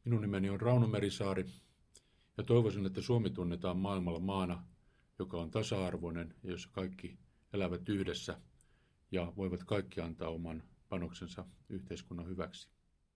Minun nimeni on Rauno Merisaari ja toivoisin, että Suomi tunnetaan maailmalla maana, joka on tasa-arvoinen ja jossa kaikki elävät yhdessä ja voivat kaikki antaa oman panoksensa yhteiskunnan hyväksi.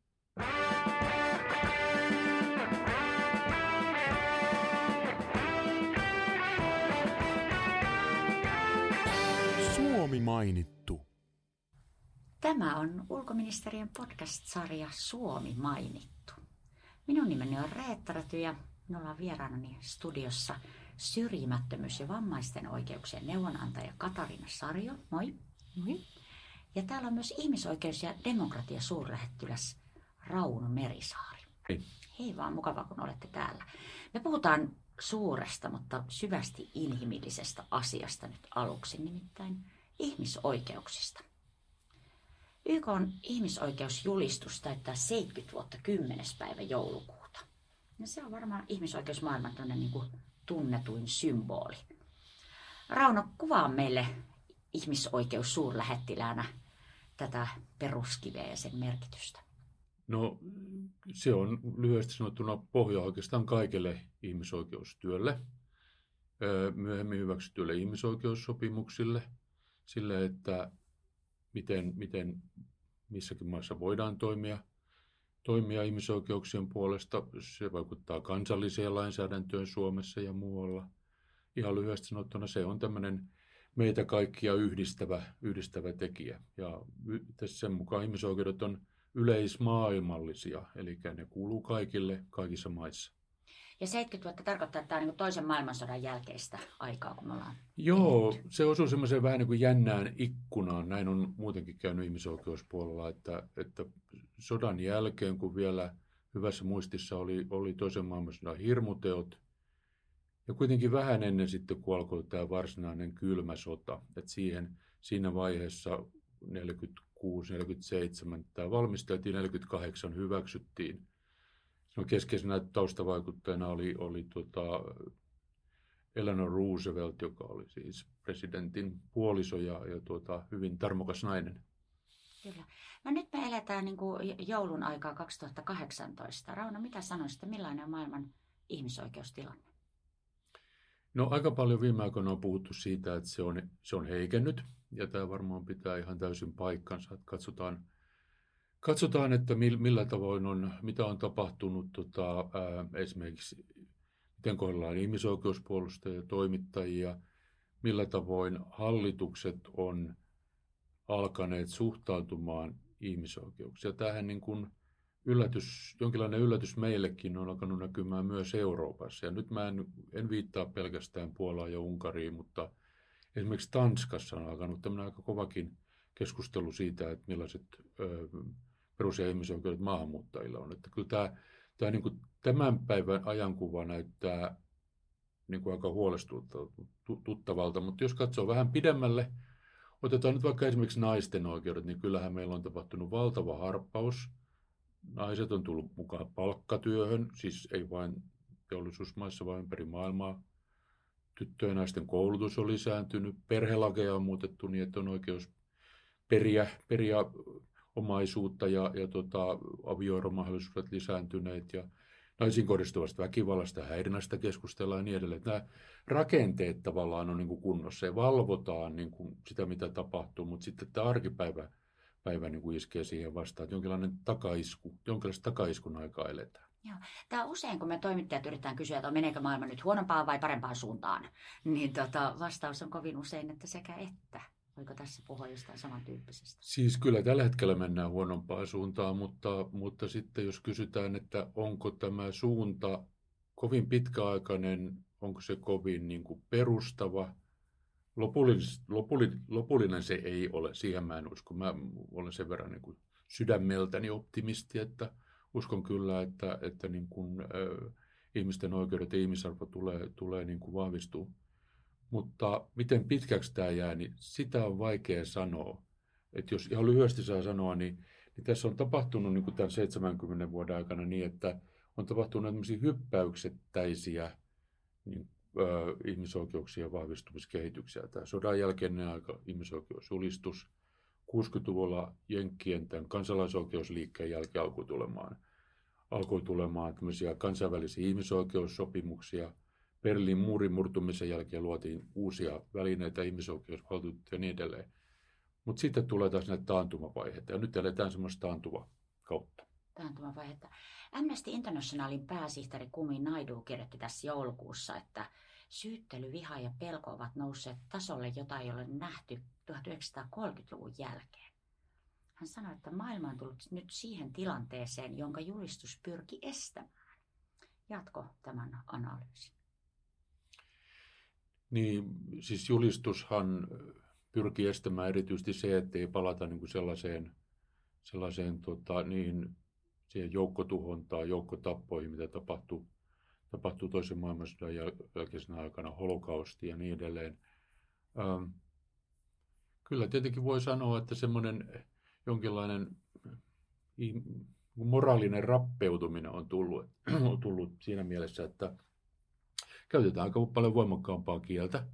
Suomi mainittu. Tämä on ulkoministeriön podcast-sarja Suomi mainittu. Minun nimeni on Reetta Räty ja minulla on vieraanani studiossa syrjimättömyys- ja vammaisten oikeuksien neuvonantaja Katariina Sarjo. Moi. Moi. Ja täällä on myös ihmisoikeus- ja demokratia-suurlähettiläs Rauno Merisaari. Hei. Hei vaan, mukavaa kun olette täällä. Me puhutaan suuresta, mutta syvästi inhimillisestä asiasta nyt aluksi, nimittäin ihmisoikeuksista. YK:n ihmisoikeusjulistus täyttää 70 vuotta 10. päivä joulukuuta. Ja se on varmaan ihmisoikeusmaailman niin kuin tunnetuin symboli. Rauno, kuvaa meille ihmisoikeussuurlähettiläänä tätä peruskiveä ja sen merkitystä. No, se on lyhyesti sanottuna pohja oikeastaan kaikelle ihmisoikeustyölle, myöhemmin hyväksytyille ihmisoikeussopimuksille, sille, että miten missäkin maassa voidaan toimia ihmisoikeuksien puolesta. Se vaikuttaa kansalliseen lainsäädäntöön Suomessa ja muualla. Ihan lyhyesti sanottuna se on tämmöinen meitä kaikkia yhdistävä tekijä. Ja sen mukaan ihmisoikeudet on yleismaailmallisia, eli ne kuuluu kaikille kaikissa maissa. Ja 70 vuotta tarkoittaa, että tämä on niin toisen maailmansodan jälkeistä aikaa, kun me ollaan Joo, se osuu semmoiseen vähän niin kuin jännään ikkunaan. Näin on muutenkin käynyt ihmisoikeuspuolella, että sodan jälkeen, kun vielä hyvässä muistissa oli toisen maailmansodan hirmuteot, ja kuitenkin vähän ennen sitten, kun alkoi tämä varsinainen kylmä sota, että siinä vaiheessa 46-47 tämä valmisteltiin, 48 hyväksyttiin. Keskeisenä taustavaikuttajana oli Eleanor Roosevelt, joka oli siis presidentin puoliso ja hyvin tarmokas nainen. Kyllä. No nyt me eletään niin kuin joulun aikaa 2018. Rauno, mitä sanoisit, millainen on maailman ihmisoikeustilanne? No aika paljon viime aikoina on puhuttu siitä, että se on heikennyt, ja tämä varmaan pitää ihan täysin paikkansa. Että katsotaan, että millä tavoin mitä on tapahtunut esimerkiksi, miten kohdellaan ihmisoikeuspuolustajia, toimittajia, millä tavoin hallitukset on alkaneet suhtautumaan ihmisoikeuksia. Tämähän niin kuin jonkinlainen yllätys meillekin on alkanut näkymään myös Euroopassa. Ja nyt mä en viittaa pelkästään Puolaan ja Unkariin, mutta esimerkiksi Tanskassa on alkanut tämmöinen aika kovakin keskustelu siitä, että millaiset perus- ja ihmisoikeudet maahanmuuttajilla on. Että kyllä tämä niin kuin tämän päivän ajankuva näyttää niin kuin aika huolestuttavalta, mutta jos katsoo vähän pidemmälle, otetaan nyt vaikka esimerkiksi naisten oikeudet, niin kyllähän meillä on tapahtunut valtava harppaus. Naiset on tullut mukaan palkkatyöhön, siis ei vain teollisuusmaissa, vaan ympäri maailmaa. Tyttöjen ja naisten koulutus on lisääntynyt, perhelakeja on muutettu niin, että on oikeus periä omaisuutta ja avioeromahdollisuudet lisääntyneet ja naisiin kohdistuvasta väkivallasta ja häirinnästä keskustellaan ja niin edelleen. Nämä rakenteet tavallaan on niin kuin kunnossa ja valvotaan niin kuin sitä, mitä tapahtuu, mutta sitten tämä arkipäivä niin kuin iskee siihen vastaan, että jonkinlaista takaiskun aikaa eletään. Joo. Tämä on usein, kun me toimittajat yritetään kysyä, että meneekö maailma nyt huonompaan vai parempaan suuntaan, niin vastaus on kovin usein, että sekä että. Voiko tässä puhua jostain samantyyppisestä? Siis kyllä tällä hetkellä mennään huonompaan suuntaan, mutta sitten jos kysytään, että onko tämä suunta kovin pitkäaikainen, onko se kovin niin kuin perustava, lopullinen se ei ole, siihen mä en usko. Mä olen sen verran niin kuin sydämeltäni optimisti, että uskon kyllä, että niin kuin, ihmisten oikeudet ja ihmisarvo tulee niin kuin vahvistuu. Mutta miten pitkäksi tämä jää, niin sitä on vaikea sanoa. Että jos ihan lyhyesti saa sanoa, niin tässä on tapahtunut niin kuin tämän 70 vuoden aikana niin, että on tapahtunut tämmöisiä hyppäyksettäisiä niin, ihmisoikeuksien vahvistumiskehityksiä. Tämä sodan jälkeinen aika ihmisoikeusjulistus, 60-luvulla Jenkkien tämän kansalaisoikeusliikkeen jälkeen alkoi tulemaan alkoi tulemaan tämmöisiä kansainvälisiä ihmisoikeussopimuksia. Berliinin muurin murtumisen jälkeen luotiin uusia välineitä, ihmisoikeusvaltuutettu ja niin edelleen. Mutta sitten tulee taas näitä taantumavaiheita, ja nyt eletään semmoista taantuma-kautta. Taantumavaihetta. Amnesty Internationalin pääsihteeri Kumi Naidoo kirjoitti tässä joulukuussa, että syyttely, viha ja pelko ovat nousseet tasolle, jota ei ole nähty 1930-luvun jälkeen. Hän sanoi, että maailma on tullut nyt siihen tilanteeseen, jonka julistus pyrki estämään. Jatko tämän analyysin. Niin, siis julistushan pyrkii estämään erityisesti se, ettei palata niin kuin sellaiseen siihen joukkotuhontaan, joukkotappoihin, mitä tapahtuu toisen maailmansodan jälkeisenä aikana, holokausti ja niin edelleen. Kyllä tietenkin voi sanoa, että semmoinen jonkinlainen moraalinen rappeutuminen on tullut siinä mielessä, että käytetään aika paljon voimakkaampaa kieltä.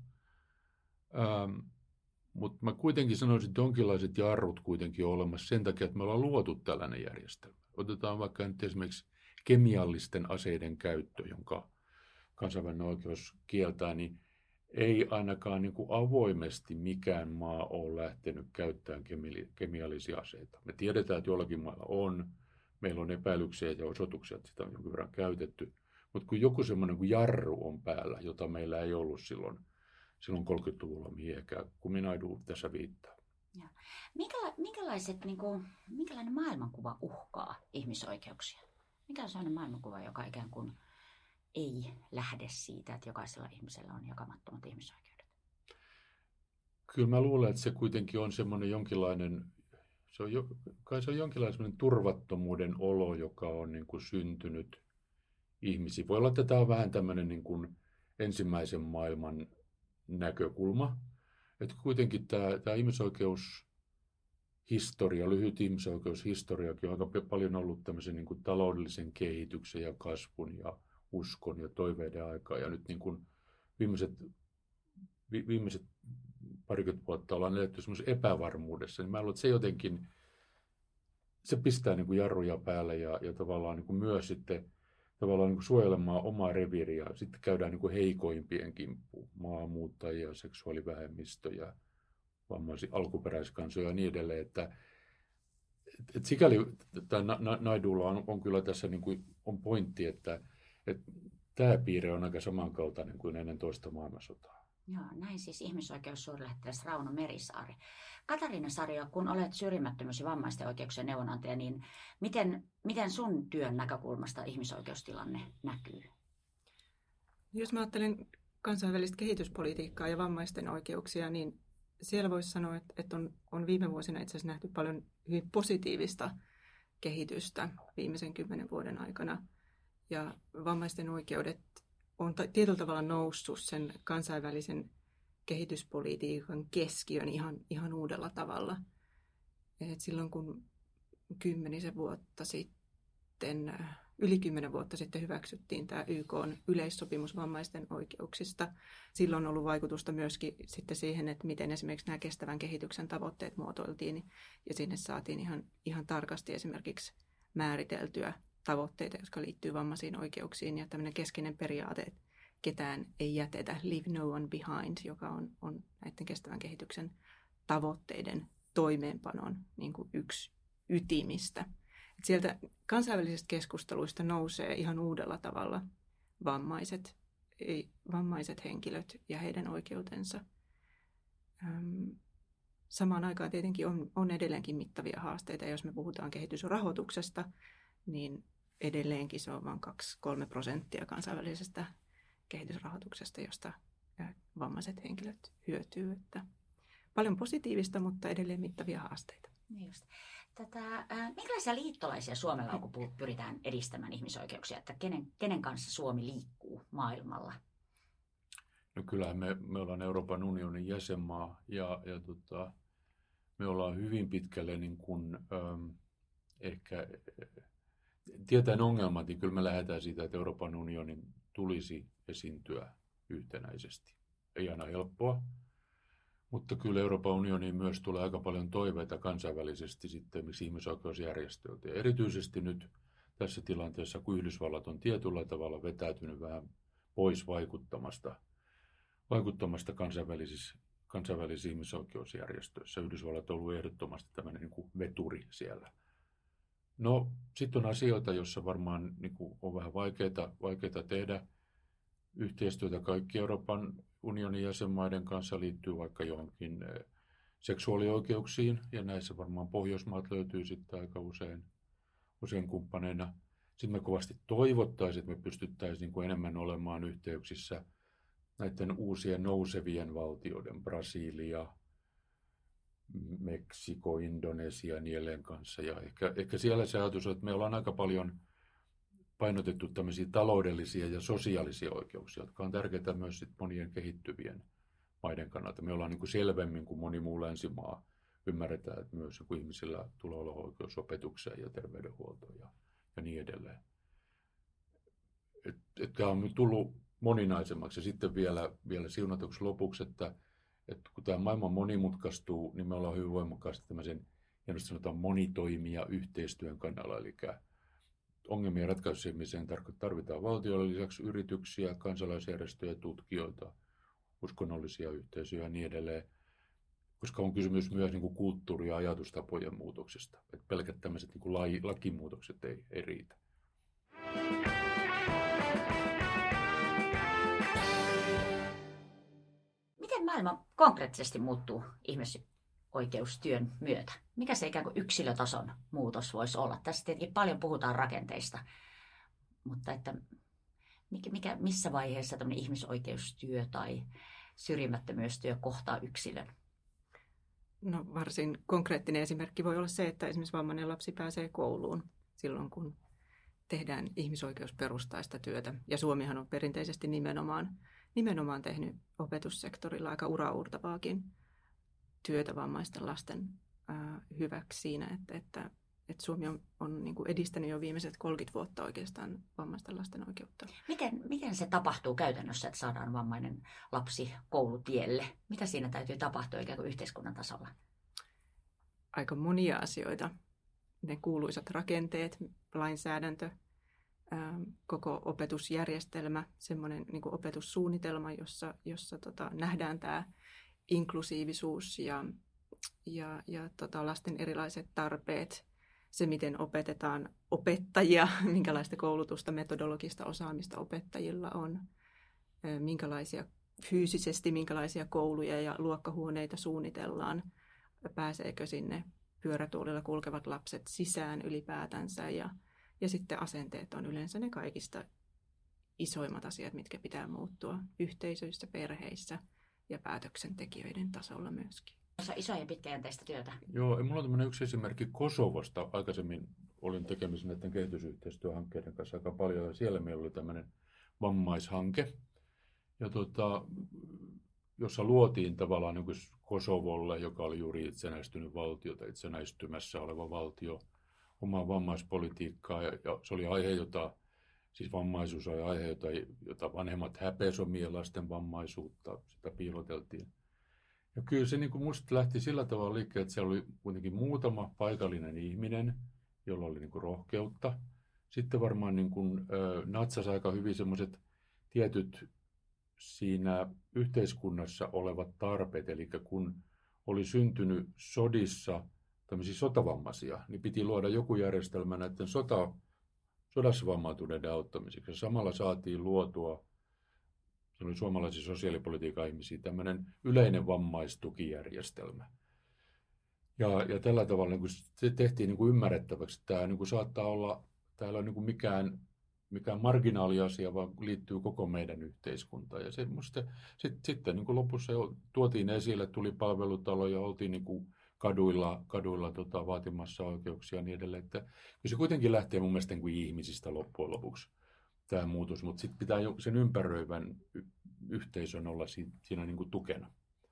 Mutta mä kuitenkin sanoisin, että jonkinlaiset jarrut kuitenkin on olemassa sen takia, että me ollaan luotu tällainen järjestelmä. Otetaan vaikka nyt esimerkiksi kemiallisten aseiden käyttö, jonka kansainvälinen oikeus kieltää, niin ei ainakaan niin kuin avoimesti mikään maa ole lähtenyt käyttämään kemiallisia aseita. Me tiedetään, että jollakin mailla on. Meillä on epäilyksiä ja osoituksia, että sitä on jonkin verran käytetty. Mutta kun joku semmoinen kuin jarru on päällä, jota meillä ei ollut silloin 30-luvulla, mihin ehkä Kumi Naidoo tässä viittaa. Minkälainen maailmankuva uhkaa ihmisoikeuksia? Mikä on sellainen maailmankuva, joka ikään kuin ei lähde siitä, että jokaisella ihmisellä on jakamattomat ihmisoikeudet? Kyllä mä luulen, että se kuitenkin on semmoinen jonkinlainen, se on jonkinlainen turvattomuuden olo, joka on niin kuin syntynyt ihmisiin. Voi olla, että tämä on vähän tämmöinen niin kuin ensimmäisen maailman näkökulma. Että kuitenkin tämä ihmisoikeushistoria, lyhyt ihmisoikeushistoriakin on aika paljon ollut tämmöisen niin kuin taloudellisen kehityksen ja kasvun ja uskon ja toiveiden aikaa. Ja nyt niin kuin viimeiset parikymmentä vuotta ollaan eletty semmoisessa epävarmuudessa, niin mä luulen, että se jotenkin, se pistää niin kuin jarruja päälle ja tavallaan niin kuin myös sitten tavallaan niin kuin suojelemaan omaa reviiriä. Sitten käydään niin kuin heikoimpien kimppuun, maahanmuuttajia, seksuaalivähemmistöjä, vammaisia, alkuperäiskansoja ja niin edelleen. Että sikäli Naidoolla on kyllä tässä niin kuin, on pointti, että tämä piirre on aika samankaltainen kuin ennen toista maailmansotaa. Joo, näin siis ihmisoikeussuurilähettiläs Rauno Merisaari. Katariina Sario, kun olet syrjimättömyys- ja vammaisten oikeuksien neuvonantaja, niin miten sun työn näkökulmasta ihmisoikeustilanne näkyy? Jos mä ajattelen kansainvälistä kehityspolitiikkaa ja vammaisten oikeuksia, niin siellä voisi sanoa, että on viime vuosina itse asiassa nähty paljon hyvin positiivista kehitystä viimeisen 10 vuoden aikana. Ja vammaisten oikeudet on tietyllä tavalla noussut sen kansainvälisen kehityspolitiikan keskiön ihan uudella tavalla. Et silloin kun yli 10 vuotta sitten hyväksyttiin tämä YK:n yleissopimus vammaisten oikeuksista, silloin on ollut vaikutusta myöskin sitten siihen, että miten esimerkiksi nämä kestävän kehityksen tavoitteet muotoiltiin, ja sinne saatiin ihan tarkasti esimerkiksi määriteltyä tavoitteita, jotka liittyy vammaisiin oikeuksiin, ja tämmöinen keskeinen periaate, että ketään ei jätetä, leave no one behind, joka on näiden kestävän kehityksen tavoitteiden toimeenpanon niin kuin yksi ytimistä. Et sieltä kansainvälisistä keskusteluista nousee ihan uudella tavalla vammaiset henkilöt ja heidän oikeutensa. Samaan aikaan tietenkin on edelleenkin mittavia haasteita, jos me puhutaan kehitysrahoituksesta, niin edelleenkin se on vain 2-3% kansainvälisestä kehitysrahoituksesta, josta vammaiset henkilöt hyötyy. Että paljon positiivista, mutta edelleen mittavia haasteita. Just. Minkälaisia liittolaisia Suomella on, kun pyritään edistämään ihmisoikeuksia? Että kenen kanssa Suomi liikkuu maailmalla? No kyllähän me ollaan Euroopan unionin jäsenmaa ja me ollaan hyvin pitkälle niin kuin, ehkä tietäen ongelmat, niin kyllä me lähdetään siitä, että Euroopan unionin tulisi esiintyä yhtenäisesti. Ei aina helppoa, mutta kyllä Euroopan unioniin myös tulee aika paljon toiveita kansainvälisesti sitten ihmisoikeusjärjestöiltä. Ja erityisesti nyt tässä tilanteessa, kun Yhdysvallat on tietyllä tavalla vetäytynyt vähän pois vaikuttamasta kansainvälisissä ihmisoikeusjärjestöissä. Yhdysvallat on ollut ehdottomasti tämmöinen niin kuin veturi siellä. No, sitten on asioita, joissa varmaan niin kuin on vähän vaikeaa tehdä yhteistyötä kaikki Euroopan unionin jäsenmaiden kanssa, liittyy vaikka johonkin seksuaalioikeuksiin, ja näissä varmaan Pohjoismaat löytyy sitten aika usein kumppaneina. Sitten me kovasti toivottaisiin, että me pystyttäisiin niin kuin enemmän olemaan yhteyksissä näiden uusien nousevien valtioiden, Brasilia, Meksiko, Indonesia ja niin edelleen kanssa. Ja ehkä siellä se ajatus on, että me ollaan aika paljon painotettu tämmöisiä taloudellisia ja sosiaalisia oikeuksia, jotka on tärkeitä myös sit monien kehittyvien maiden kannalta. Me ollaan niin kuin selvemmin kuin moni muu länsimaa ymmärretään, että myös kun ihmisillä tulee olla oikeus opetukseen ja terveydenhuoltoon ja niin edelleen. Tämä on tullut moninaisemmaksi. Ja sitten vielä siunatuksi lopuksi, että kun tämä maailma monimutkaistuu, niin me ollaan hyvin voimakkaasti tämmöisen, hienosti sanotaan, monitoimija yhteistyön kannalla. Eli ongelmien ratkaisemiseen tarvitaan valtioille lisäksi yrityksiä, kansalaisjärjestöjä, tutkijoita, uskonnollisia yhteisöjä ja niin edelleen. Koska on kysymys myös niin kuin kulttuuri- ja ajatustapojen muutoksesta. Että pelkät tämmöiset niin kuin lakimuutokset ei riitä. Miten maailma konkreettisesti muuttuu ihmisoikeustyön myötä? Mikä se ikään kuin yksilötason muutos voisi olla? Tässä tietenkin paljon puhutaan rakenteista, mutta että missä vaiheessa tämmöinen ihmisoikeustyö tai syrjimättömyystyö kohtaa yksilön? No, varsin konkreettinen esimerkki voi olla se, että esimerkiksi vammainen lapsi pääsee kouluun silloin, kun tehdään ihmisoikeusperustaista työtä. Ja Suomihan on perinteisesti nimenomaan tehnyt opetussektorilla aika uraurtavaakin työtä vammaisten lasten hyväksi siinä, että Suomi on niin kuin edistänyt jo viimeiset 30 vuotta oikeastaan vammaisten lasten oikeutta. Miten se tapahtuu käytännössä, että saadaan vammainen lapsi koulutielle? Mitä siinä täytyy tapahtua ikään kuin yhteiskunnan tasolla? Aika monia asioita. Ne kuuluisat rakenteet, lainsäädäntö, koko opetusjärjestelmä, semmoinen niin kuin opetussuunnitelma, jossa nähdään tämä inklusiivisuus ja lasten erilaiset tarpeet, se miten opetetaan opettajia, minkälaista koulutusta, metodologista osaamista opettajilla on, minkälaisia kouluja ja luokkahuoneita suunnitellaan, pääseekö sinne pyörätuolilla kulkevat lapset sisään ylipäätänsä ja sitten asenteet on yleensä ne kaikista isoimmat asiat, mitkä pitää muuttua yhteisöissä, perheissä ja päätöksentekijöiden tasolla myöskin. Se on isoa ja pitkäjänteistä työtä. Joo, mulla on tämmöinen yksi esimerkki Kosovosta. Aikaisemmin olin tekemisissä näiden kehitysyhteistyöhankkeiden kanssa aika paljon, ja siellä meillä oli tämmöinen vammaishanke, ja jossa luotiin tavallaan niin kuin Kosovolle, joka oli juuri itsenäistynyt valtio tai itsenäistymässä oleva valtio, omaa vammaispolitiikkaa, ja se oli aihe, siis vammaisuus oli aihe, jota vanhemmat häpesivät omien lasten vammaisuutta, sitä piiloteltiin. Ja kyllä se niin kuin musta lähti sillä tavalla liikkeelle, että siellä oli kuitenkin muutama paikallinen ihminen, jolla oli niin kuin rohkeutta. Sitten varmaan niin kuin, natsasi aika hyvin semmoiset tietyt siinä yhteiskunnassa olevat tarpeet. Eli kun oli syntynyt sodissa tämmöisiä sotavammaisia, niin piti luoda joku järjestelmä näiden sodassa vammautuneiden auttamiseksi. Ja samalla saatiin luotua, se oli suomalaisia sosiaalipolitiikan ihmisiä, tämmöinen yleinen vammaistukijärjestelmä. Ja tällä tavalla niin kuin se tehtiin niin kuin ymmärrettäväksi, että tämä niin kuin saattaa olla, täällä on niin kuin mikään marginaaliasia, vaan liittyy koko meidän yhteiskuntaan. Ja se sitten niin kuin lopussa tuotiin esille, tuli palvelutalo ja oltiin niin kuin kaduilla vaatimassa oikeuksia ja niin edelleen. Että se kuitenkin lähtee mun mielestä niin kuin ihmisistä loppujen lopuksi tämä muutos, mutta sitten pitää sen ympäröivän yhteisön olla siinä niin kuin tukena.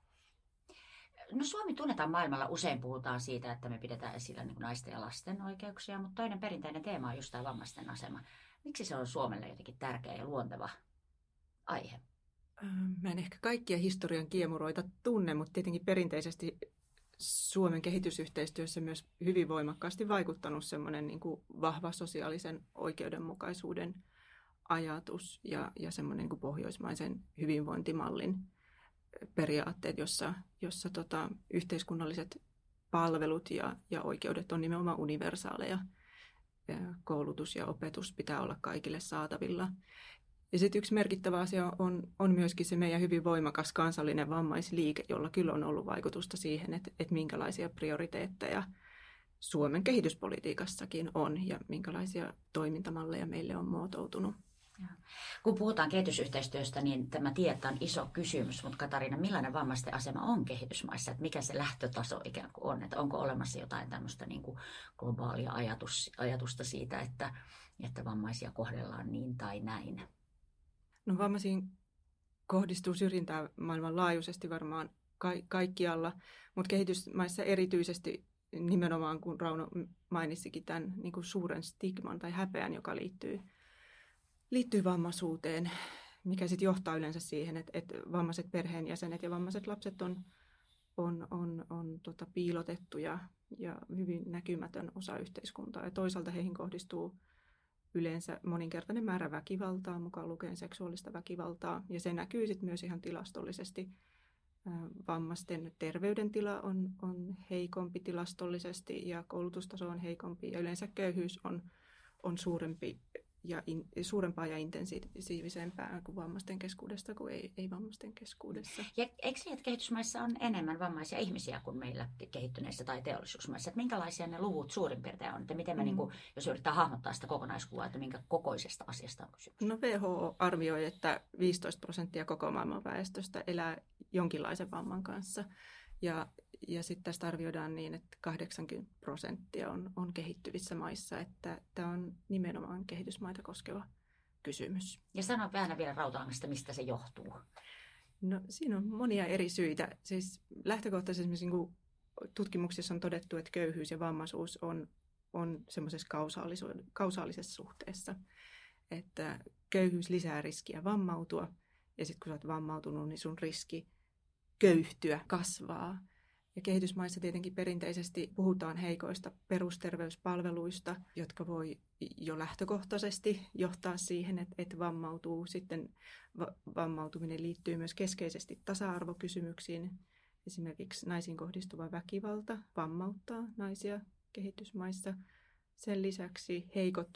No Suomi tunnetaan maailmalla, usein puhutaan siitä, että me pidetään esillä niin kuin naisten ja lasten oikeuksia, mutta toinen perinteinen teema on just tämä vammaisten asema. Miksi se on Suomelle jotenkin tärkeä ja luonteva aihe? Mä en ehkä kaikkia historian kiemuroita tunne, mutta tietenkin perinteisesti Suomen kehitysyhteistyössä myös hyvin voimakkaasti vaikuttanut semmoinen niin kuin vahva sosiaalisen oikeudenmukaisuuden ajatus ja semmoinen niin kuin pohjoismaisen hyvinvointimallin periaatteet, jossa yhteiskunnalliset palvelut ja oikeudet on nimenomaan universaaleja. Koulutus ja opetus pitää olla kaikille saatavilla. Ja sitten yksi merkittävä asia on myöskin se meidän hyvin voimakas kansallinen vammaisliike, jolla kyllä on ollut vaikutusta siihen, että minkälaisia prioriteetteja Suomen kehityspolitiikassakin on ja minkälaisia toimintamalleja meille on muotoutunut. Kun puhutaan kehitysyhteistyöstä, niin tämä tietää on iso kysymys, mutta Katariina, millainen vammaisten asema on kehitysmaissa? Että mikä se lähtötaso ikään kuin on? Että onko olemassa jotain tämmöistä niin kuin globaalia ajatusta siitä, että vammaisia kohdellaan niin tai näin? No, vammaisiin kohdistuu syrjintää maailmanlaajuisesti varmaan kaikkialla, mutta kehitysmaissa erityisesti nimenomaan, kun Rauno mainitsikin tämän niin kuin suuren stigman tai häpeän, joka liittyy vammaisuuteen, mikä sitten johtaa yleensä siihen, että vammaiset perheenjäsenet ja vammaiset lapset on piilotettu ja hyvin näkymätön osa yhteiskuntaa. Ja toisaalta heihin kohdistuu yleensä moninkertainen määrä väkivaltaa, mukaan lukien seksuaalista väkivaltaa, ja se näkyy sitten myös ihan tilastollisesti. Vammaisten terveydentila on heikompi tilastollisesti ja koulutustaso on heikompi, ja yleensä köyhyys on suurempaa ja intensiivisempää kuin vammaisten keskuudessa kuin ei vammaisten keskuudessa. Ja eikö niin, että kehitysmaissa on enemmän vammaisia ihmisiä kuin meillä kehittyneissä tai teollisuusmaissa? Että minkälaisia ne luvut suurin piirtein on? Että miten me, jos yritetään hahmottaa sitä kokonaiskuvaa, että minkä kokoisesta asiasta on kysymys? No, WHO arvioi, että 15% koko maailman väestöstä elää jonkinlaisen vamman kanssa. Ja sitten tästä arvioidaan niin, että 80% on kehittyvissä maissa, että tämä on nimenomaan kehitysmaita koskeva kysymys. Ja sano vähän vielä Rautaalangasta, mistä se johtuu. No, siinä on monia eri syitä. Siis lähtökohtaisesti niin tutkimuksissa on todettu, että köyhyys ja vammaisuus on semmoisessa kausaalisessa suhteessa, että köyhyys lisää riskiä vammautua, ja sitten kun sä oot vammautunut, niin sun riski köyhtyä kasvaa. Ja kehitysmaissa tietenkin perinteisesti puhutaan heikoista perusterveyspalveluista, jotka voi jo lähtökohtaisesti johtaa siihen, että vammautuu. Sitten vammautuminen liittyy myös keskeisesti tasa-arvokysymyksiin. Esimerkiksi naisiin kohdistuva väkivalta vammauttaa naisia kehitysmaissa. Sen lisäksi heikot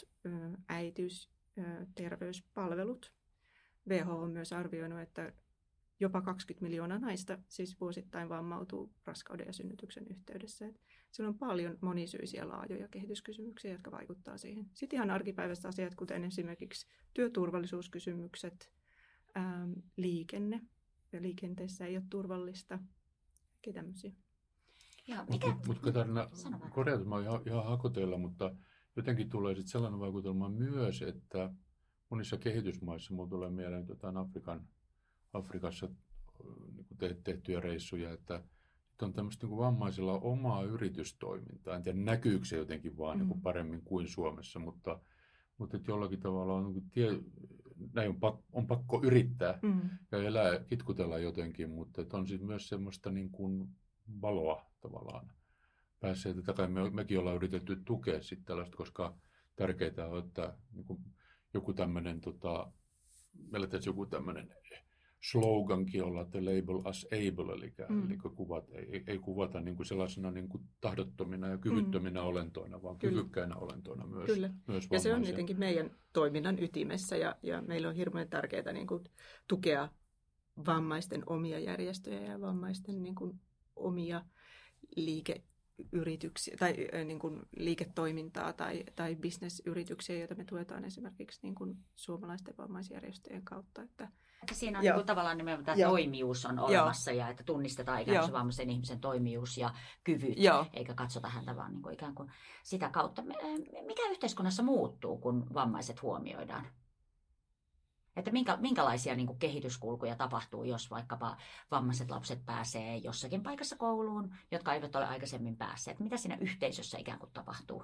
äitiysterveyspalvelut. WHO on myös arvioinut, että jopa 20 miljoonaa naista siis vuosittain vammautuu raskauden ja synnytyksen yhteydessä. Siellä on paljon monisyisiä laajoja kehityskysymyksiä, jotka vaikuttaa siihen. Sitten ihan arkipäiväiset asiat, kuten esimerkiksi työturvallisuuskysymykset, liikenne. Ja liikenteessä ei ole turvallista. Tämmöisiä. Mutta Katariina, korjata, mä oon ihan hakoteilla, mutta jotenkin tulee sitten sellainen vaikutelma myös, että monissa kehitysmaissa, mulla tulee mieleen Afrikassa tehtyjä reissuja, että on tämmöistä niin vammaisilla omaa yritystoimintaa. En tiedä, näkyykö se jotenkin vaan niin paremmin kuin Suomessa, mutta että jollakin tavalla näin on pakko yrittää ja elää, kitkutella jotenkin, mutta että on siis myös semmoista niin kuin valoa tavallaan pääsee. Tätä kai mekin ollaan yritetty tukea sitten tällaista, koska tärkeää on, että niin kuin joku tämmöinen, meillä tässä joku tämmöinen slogankin olla, että label us able, eli ei kuvata niin kuin sellaisena niin kuin tahdottomina ja kyvyttöminä olentoina, vaan kyvykkäinä olentoina myös vammaisia. Ja se on tietenkin meidän toiminnan ytimessä, ja meillä on hirveän tärkeää niin kuin tukea vammaisten omia järjestöjä ja vammaisten niin kuin omia liikeyrityksiä tai niin kuin liiketoimintaa tai bisnesyrityksiä, joita me tuetaan esimerkiksi niin kuin suomalaisten vammaisjärjestöjen kautta. Että siinä on niin kuin tavallaan nimenomaan tämä toimijuus on olemassa ja että tunnistetaan ikään kuin vammaisen ihmisen toimijuus ja kyvyt, eikä katsota häntä vaan niin kuin ikään kuin sitä kautta. Mikä yhteiskunnassa muuttuu, kun vammaiset huomioidaan? Että minkälaisia niin kuin kehityskulkuja tapahtuu, jos vaikkapa vammaiset lapset pääsee jossakin paikassa kouluun, jotka eivät ole aikaisemmin päässeet? Mitä siinä yhteisössä ikään kuin tapahtuu?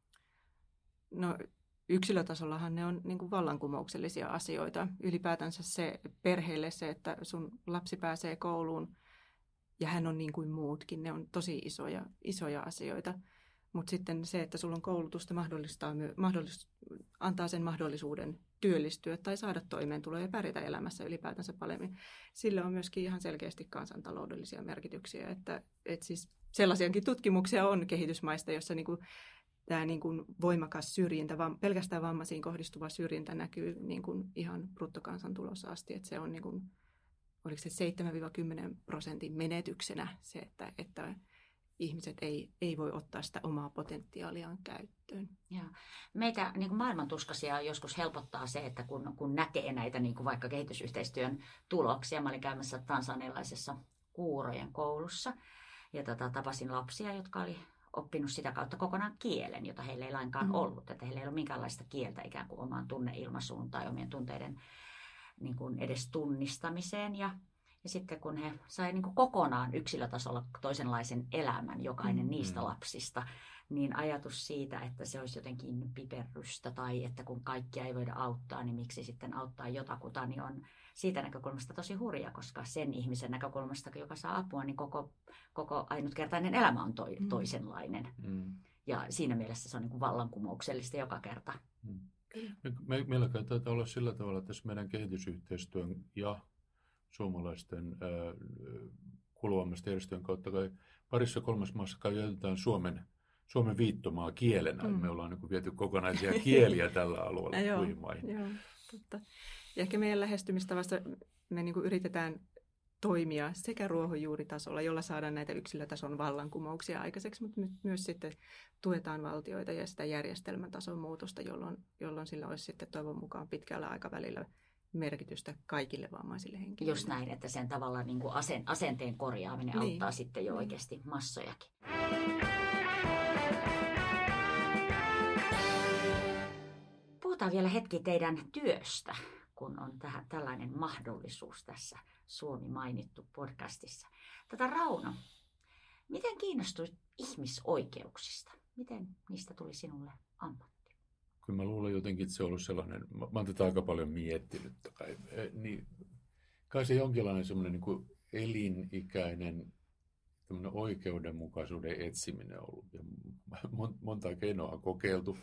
No, yksilötasollahan ne on niin kuin vallankumouksellisia asioita. Ylipäätänsä se perheelle se, että sun lapsi pääsee kouluun, ja hän on niin kuin muutkin. Ne on tosi isoja asioita. Mutta sitten se, että sulla on koulutusta, antaa sen mahdollisuuden työllistyä tai saada toimeentuloa ja pärjätä elämässä ylipäätänsä paremmin. Sillä on myöskin ihan selkeästi kansantaloudellisia merkityksiä. Että siis sellaisiakin tutkimuksia on kehitysmaista, jossa niinku tämä niinku voimakas syrjintä, pelkästään vammaisiin kohdistuva syrjintä näkyy niinku ihan bruttokansantulossa asti. Että se on, niinku, oliko se 7-10% menetyksenä se, että ihmiset ei voi ottaa sitä omaa potentiaaliaan käyttöön. Ja meitä niin kuin maailmantuskaisia joskus helpottaa se, että kun näkee näitä niin kuin vaikka kehitysyhteistyön tuloksia. Mä olin käymässä tansanialaisessa kuurojen koulussa ja tapasin lapsia, jotka oli oppinut sitä kautta kokonaan kielen, jota heillä ei lainkaan ollut. Että heillä ei ole minkäänlaista kieltä ikään kuin omaan tunneilmaisuun tai omien tunteiden niin kuin edes tunnistamiseen. Ja sitten kun he sai niin kuin kokonaan yksilötasolla toisenlaisen elämän, jokainen niistä lapsista, niin ajatus siitä, että se olisi jotenkin piperrystä tai että kun kaikkia ei voida auttaa, niin miksi sitten auttaa jotakuta, niin on siitä näkökulmasta tosi hurja, koska sen ihmisen näkökulmasta, joka saa apua, niin koko ainutkertainen elämä on toisenlainen. Ja siinä mielessä se on niin kuin vallankumouksellista joka kerta. Meilläkään taitaa olla sillä tavalla tässä meidän kehitysyhteistyön ja suomalaisten kuuluvammasta järjestöjen kautta kai parissa kolmessa maassa käytetään Suomen viittomaa kielenä. Me ollaan niin kuin viety kokonaisia kieliä tällä alueella muihin maihin. Joo, totta. Ja ehkä meidän lähestymistavassa me niin kuin yritetään toimia sekä ruohonjuuritasolla, jolla saadaan näitä yksilötason vallankumouksia aikaiseksi, mutta myös sitten tuetaan valtioita ja sitä järjestelmätason muutosta, jolloin sillä olisi sitten toivon mukaan pitkällä aikavälillä merkitystä kaikille vammaisille henkilöille. Just näin, että sen tavalla niin kuin asenteen korjaaminen auttaa sitten jo oikeasti massojakin. Puhutaan vielä hetki teidän työstä, kun on tällainen mahdollisuus tässä Suomi mainittu podcastissa. Rauno, miten kiinnostuit ihmisoikeuksista? Miten niistä tuli sinulle ammatti? Kyllä mä luulen jotenkin, että se on ollut sellainen, mä oon tätä aika paljon miettinyt, kai se jonkinlainen semmoinen niin kuin elinikäinen oikeudenmukaisuuden etsiminen on ollut. Ja monta keinoa on kokeiltu,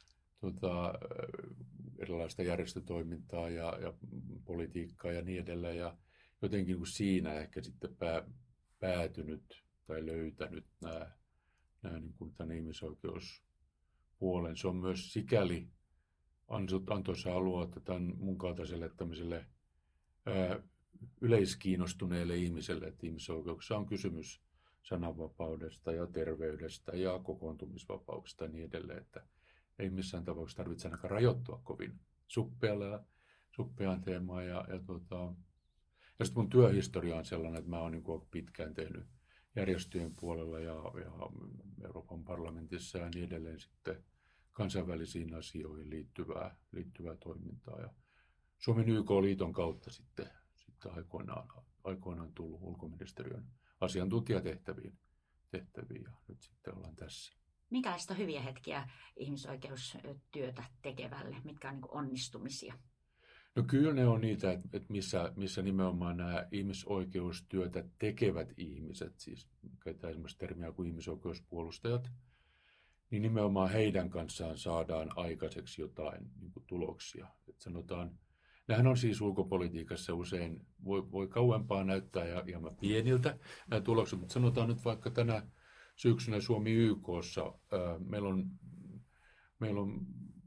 erilaista järjestötoimintaa ja politiikkaa ja niin edelleen. Ja jotenkin niin kuin siinä ehkä sitten päätynyt tai löytänyt nämä niin kuin tämän ihmisoikeuspuolen. Se on myös sikäli antoisa alue, että tämän mun kaltaiselle tämmöiselle yleiskiinnostuneelle ihmiselle, että ihmisoikeuksissa on kysymys sananvapaudesta ja terveydestä ja kokoontumisvapauksista ja niin edelleen, että ei missään tapauksessa tarvitse ainakaan rajoittua kovin suppeaan teemaan. Ja sitten mun työhistoria on sellainen, että mä oon niin pitkään tehnyt järjestöjen puolella ja Euroopan parlamentissa ja niin edelleen sitten kansainvälisiin asioihin liittyvää toimintaa. Ja Suomen YK-liiton kautta sitten aikoinaan tullut ulkoministeriön asiantuntijatehtäviin ja nyt sitten ollaan tässä. Minkälaista hyviä hetkiä ihmisoikeustyötä tekevälle? Mitkä on niin kuin onnistumisia? No kyllä ne on niitä, että missä nimenomaan nämä ihmisoikeustyötä tekevät ihmiset, siis käytetään esimerkiksi termiä kuin ihmisoikeuspuolustajat, niin nimenomaan heidän kanssaan saadaan aikaiseksi jotain niin kuin tuloksia. Että sanotaan, nämähän on siis ulkopolitiikassa usein, voi kauempaa näyttää ja ihan pieniltä nämä tulokset, mutta sanotaan nyt vaikka tänä syksynä Suomi YK:ssa meillä on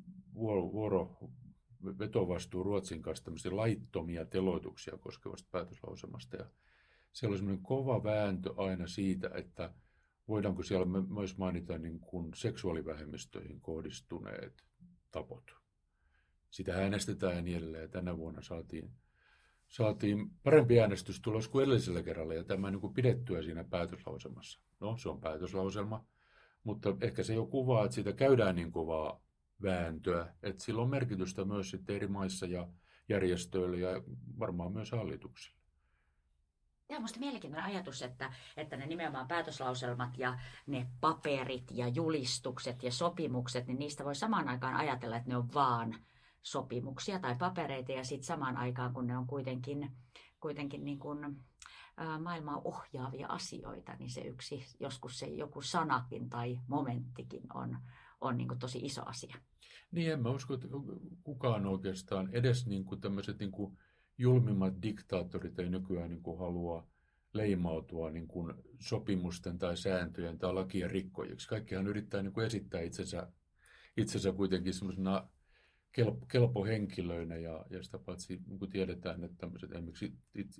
vetovastuu Ruotsin kanssa tämmöisiä laittomia teloituksia koskevasta päätöslauselmasta. Ja siellä on semmoinen kova vääntö aina siitä, että voidaanko siellä myös mainita niin kuin seksuaalivähemmistöihin kohdistuneet tapot. Sitä äänestetään ja niin edelleen. Tänä vuonna saatiin parempi äänestystulos kuin edellisellä kerralla ja tämä niin kuin pidettyä siinä päätöslauselmassa. No, se on päätöslauselma, mutta ehkä se jo kuvaa, että siitä käydään niin kovaa vääntöä, että sillä on merkitystä myös sitten eri maissa ja järjestöille ja varmaan myös hallituksille. Tämä on minusta mielenkiintoinen ajatus, että ne nimenomaan päätöslauselmat ja ne paperit ja julistukset ja sopimukset, niin niistä voi samaan aikaan ajatella, että ne on vaan sopimuksia tai papereita ja sitten samaan aikaan, kun ne on kuitenkin kuitenkin niin kuin maailmaa ohjaavia asioita, niin se yksi, joskus se joku sanakin tai momenttikin on niin kuin tosi iso asia. Niin, en mä usko, että kukaan oikeastaan, edes niin kuin tämmöiset niin kuin julmimmat diktaattorit ei nykyään niin kuin halua leimautua niin kuin sopimusten tai sääntöjen tai lakien rikkojiksi. Kaikkihan yrittää niin kuin esittää itsensä kuitenkin semmoisena kelpohenkilöinä, ja sitä paitsi niin kuin tiedetään, että tämmöiset esimerkiksi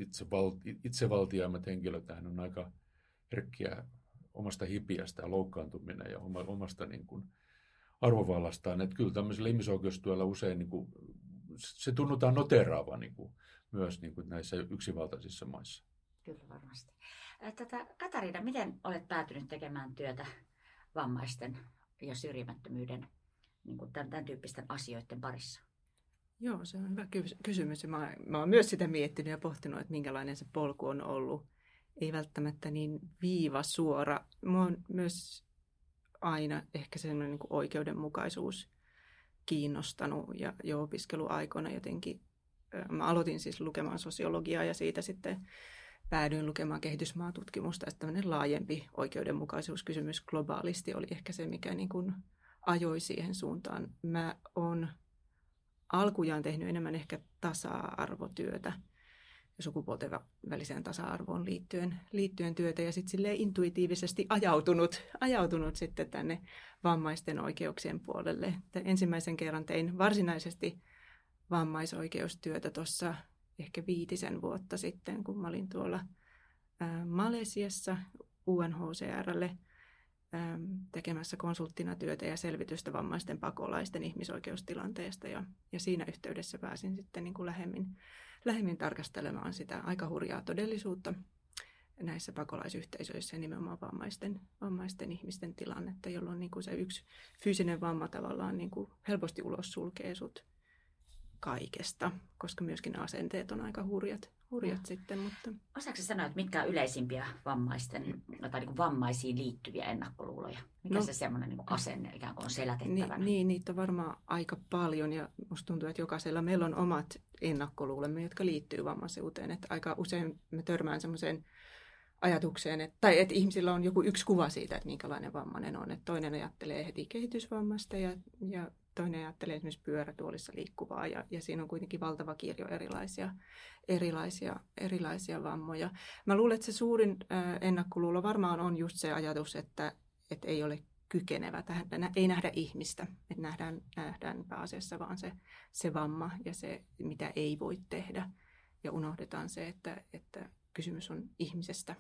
itsevaltiaimmat henkilöt on aika herkkiä omasta hipiästä ja loukkaantuminen ja omasta niin kuin arvovallastaan. Että kyllä tämmöisellä ihmisoikeustyöllä usein niin kuin, se tunnutaan noteraavan niin kuin, myös niin kuin näissä yksivaltaisissa maissa. Kyllä varmasti. Katariina, miten olet päätynyt tekemään työtä vammaisten ja syrjimättömyyden niin kuin tämän tyyppisten asioiden parissa? Joo, se on hyvä kysymys. Mä oon myös sitä miettinyt ja pohtinut, että minkälainen se polku on ollut. Ei välttämättä niin viivasuora. Mä oon myös aina ehkä sellainen niin kuin oikeudenmukaisuus kiinnostanut ja jo opiskeluaikoina jotenkin. Mä aloitin siis lukemaan sosiologiaa ja siitä sitten päädyin lukemaan kehitysmaatutkimusta. Että tämmöinen laajempi oikeudenmukaisuuskysymys globaalisti oli ehkä se, mikä niin kuin ajoi siihen suuntaan. Mä oon alkujaan tehnyt enemmän ehkä tasa-arvotyötä ja sukupuolten väliseen tasa-arvoon liittyen työtä ja sitten silleen intuitiivisesti ajautunut sitten tänne vammaisten oikeuksien puolelle. Ensimmäisen kerran tein varsinaisesti vammaisoikeustyötä tuossa ehkä 5 vuotta sitten, kun mä olin tuolla Malesiassa UNHCR:lle tekemässä konsulttina työtä ja selvitystä vammaisten pakolaisten ihmisoikeustilanteesta. Ja siinä yhteydessä pääsin sitten niin kuin lähemmin tarkastelemaan sitä aika hurjaa todellisuutta näissä pakolaisyhteisöissä ja nimenomaan vammaisten ihmisten tilannetta, jolloin niin kuin se yksi fyysinen vamma tavallaan niin kuin helposti ulos sulkee sut kaikesta, koska myöskin asenteet on aika hurjat sitten. Mutta osaatko sanoa, että mitkä on yleisimpiä vammaisten tai niin kuin vammaisiin liittyviä ennakkoluuloja? Mikä se semmoinen niin kuin asenne ikään kuin on selätettävänä? Niin, niitä on varmaan aika paljon ja musta tuntuu, että jokaisella meillä on omat ennakkoluulemme, jotka liittyy vammaisuuteen. Että aika usein me törmään semmoiseen ajatukseen, että ihmisillä on joku yksi kuva siitä, että minkälainen vammainen on. Että toinen ajattelee heti kehitysvammasta ja toinen ajattelee esimerkiksi pyörätuolissa liikkuvaa ja siinä on kuitenkin valtava kirjo erilaisia vammoja. Mä luulen, että se suurin ennakkoluulo varmaan on just se ajatus, että ei ole kykenevä tähän, ei nähdä ihmistä, että nähdään pääasiassa vaan se vamma ja se, mitä ei voi tehdä ja unohdetaan se, että kysymys on ihmisestä.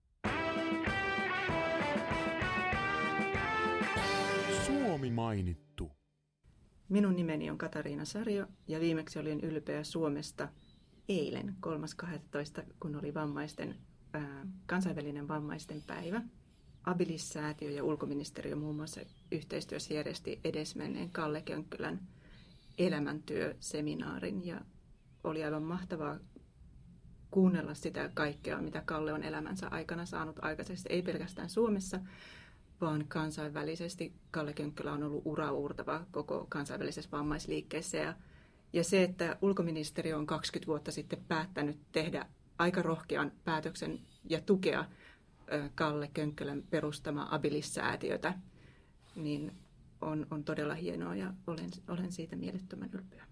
Suomi mainittu. Minun nimeni on Katariina Sario ja viimeksi olin ylpeä Suomesta eilen 3.12. kun oli kansainvälinen vammaisten päivä. Abilis-säätiö ja ulkoministeriö muun muassa yhteistyössä järjesti edesmenneen Kalle Könkkölän elämäntyöseminaarin ja oli aivan mahtavaa kuunnella sitä kaikkea, mitä Kalle on elämänsä aikana saanut aikaisesti, ei pelkästään Suomessa, vaan kansainvälisesti. Kalle Könkkölä on ollut uraauurtava koko kansainvälisessä vammaisliikkeessä. Ja se, että ulkoministeriö on 20 vuotta sitten päättänyt tehdä aika rohkean päätöksen ja tukea Kalle Könkkölän perustamaa Abilis-säätiötä, niin on todella hienoa ja olen siitä mielettömän ylpeä.